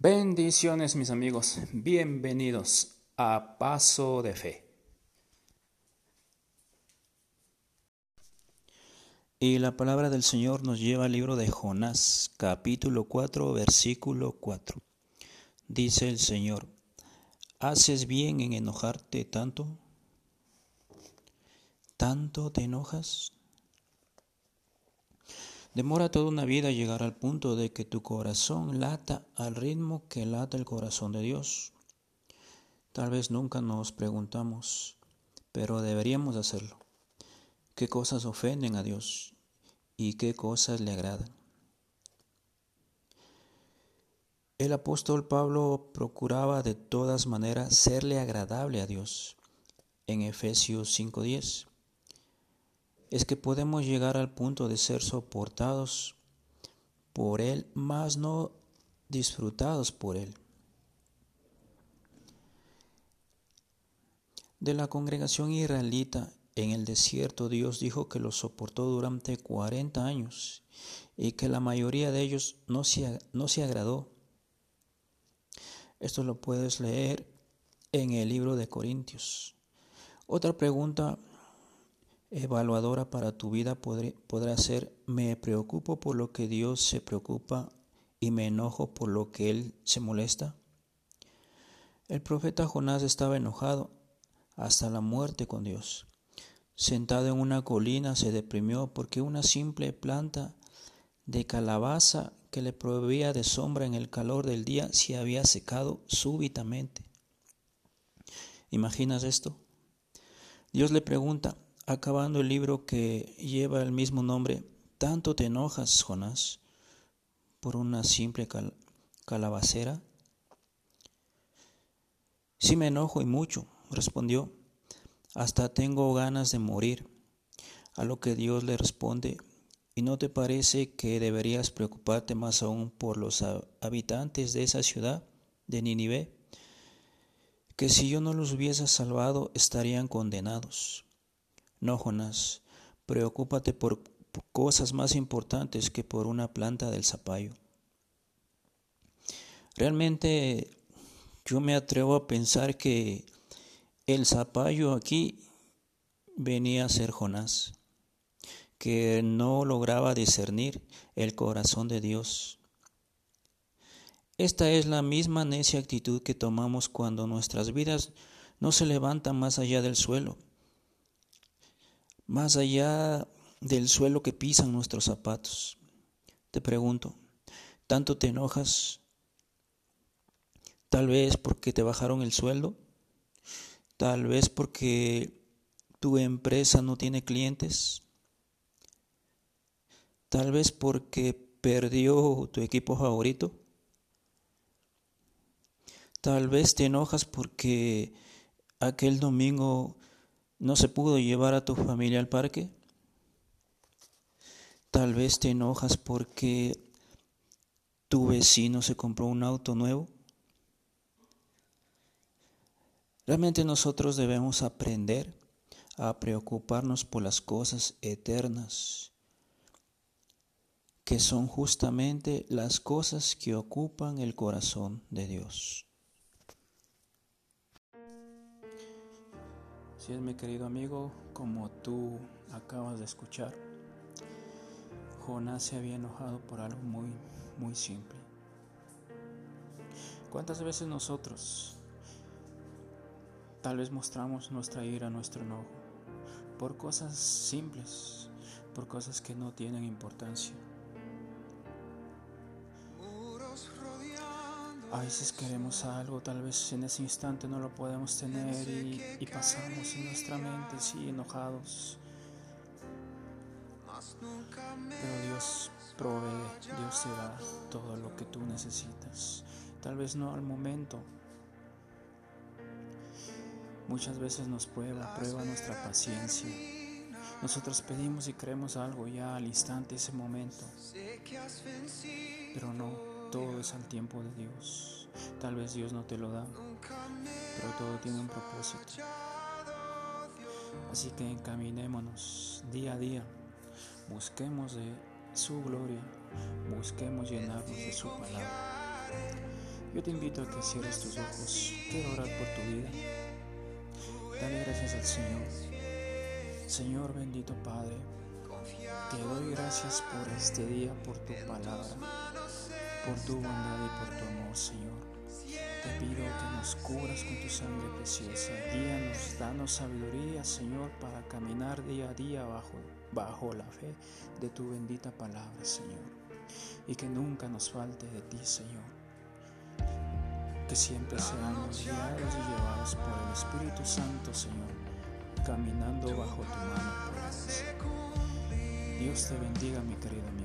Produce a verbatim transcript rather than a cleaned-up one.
Bendiciones, mis amigos, bienvenidos a Paso de Fe. Y la palabra del Señor nos lleva al libro de Jonás, capítulo cuatro, versículo cuatro. Dice el Señor: ¿haces bien en enojarte tanto? ¿Tanto te enojas? Demora toda una vida llegar al punto de que tu corazón lata al ritmo que lata el corazón de Dios. Tal vez nunca nos preguntamos, pero deberíamos hacerlo. ¿Qué cosas ofenden a Dios y qué cosas le agradan? El apóstol Pablo procuraba de todas maneras serle agradable a Dios. En Efesios cinco diez es que podemos llegar al punto de ser soportados por Él, mas no disfrutados por Él. De la congregación israelita en el desierto, Dios dijo que los soportó durante cuarenta años y que la mayoría de ellos no se, no se agradó. Esto lo puedes leer en el libro de Corintios. Otra pregunta evaluadora para tu vida podré, podrá ser: ¿me preocupo por lo que Dios se preocupa y me enojo por lo que Él se molesta? El profeta Jonás estaba enojado hasta la muerte con Dios. Sentado en una colina se deprimió porque una simple planta de calabaza que le proveía de sombra en el calor del día se había secado súbitamente. ¿Imaginas esto? Dios le pregunta, acabando el libro que lleva el mismo nombre: ¿tanto te enojas, Jonás, por una simple cal- calabacera? Sí me enojo y mucho, respondió. Hasta tengo ganas de morir. A lo que Dios le responde: ¿y no te parece que deberías preocuparte más aún por los habitantes de esa ciudad de Nínive, que si yo no los hubiese salvado estarían condenados? No, Jonás, preocúpate por cosas más importantes que por una planta del zapallo. Realmente yo me atrevo a pensar que el zapallo aquí venía a ser Jonás, que no lograba discernir el corazón de Dios. Esta es la misma necia actitud que tomamos cuando nuestras vidas no se levantan más allá del suelo, más allá del suelo que pisan nuestros zapatos. Te pregunto, ¿tanto te enojas? Tal vez porque te bajaron el sueldo, tal vez porque tu empresa no tiene clientes, tal vez porque perdió tu equipo favorito. Tal vez te enojas porque aquel domingo no se pudo llevar a tu familia al parque. Tal vez te enojas porque tu vecino se compró un auto nuevo. Realmente nosotros debemos aprender a preocuparnos por las cosas eternas, que son justamente las cosas que ocupan el corazón de Dios. Si es, mi querido amigo, como tú acabas de escuchar, Jonás se había enojado por algo muy, muy simple. ¿Cuántas veces nosotros tal vez mostramos nuestra ira, nuestro enojo, por cosas simples, por cosas que no tienen importancia? A veces queremos algo, tal vez en ese instante no lo podemos tener y, y pasamos en nuestra mente, sí, enojados. Pero Dios provee, Dios te da todo lo que tú necesitas. Tal vez no al momento. Muchas veces nos prueba, prueba nuestra paciencia. Nosotros pedimos y queremos algo ya al instante, ese momento. Pero no, todo es al tiempo de Dios. Tal vez Dios no te lo da, pero todo tiene un propósito. Así que encaminémonos día a día, busquemos de su gloria, busquemos llenarnos de su palabra. Yo te invito a que cierres tus ojos. Quiero orar por tu vida. Dale gracias al Señor. Señor bendito Padre, te doy gracias por este día, por tu palabra, por tu bondad y por tu amor, Señor. Te pido que nos cubras con tu sangre preciosa. Guíanos, danos sabiduría, Señor, para caminar día a día bajo, bajo la fe de tu bendita palabra, Señor. Y que nunca nos falte de ti, Señor. Que siempre seamos guiados y llevados por el Espíritu Santo, Señor, caminando bajo tu mano poderosa. Dios te bendiga, mi querido amigo.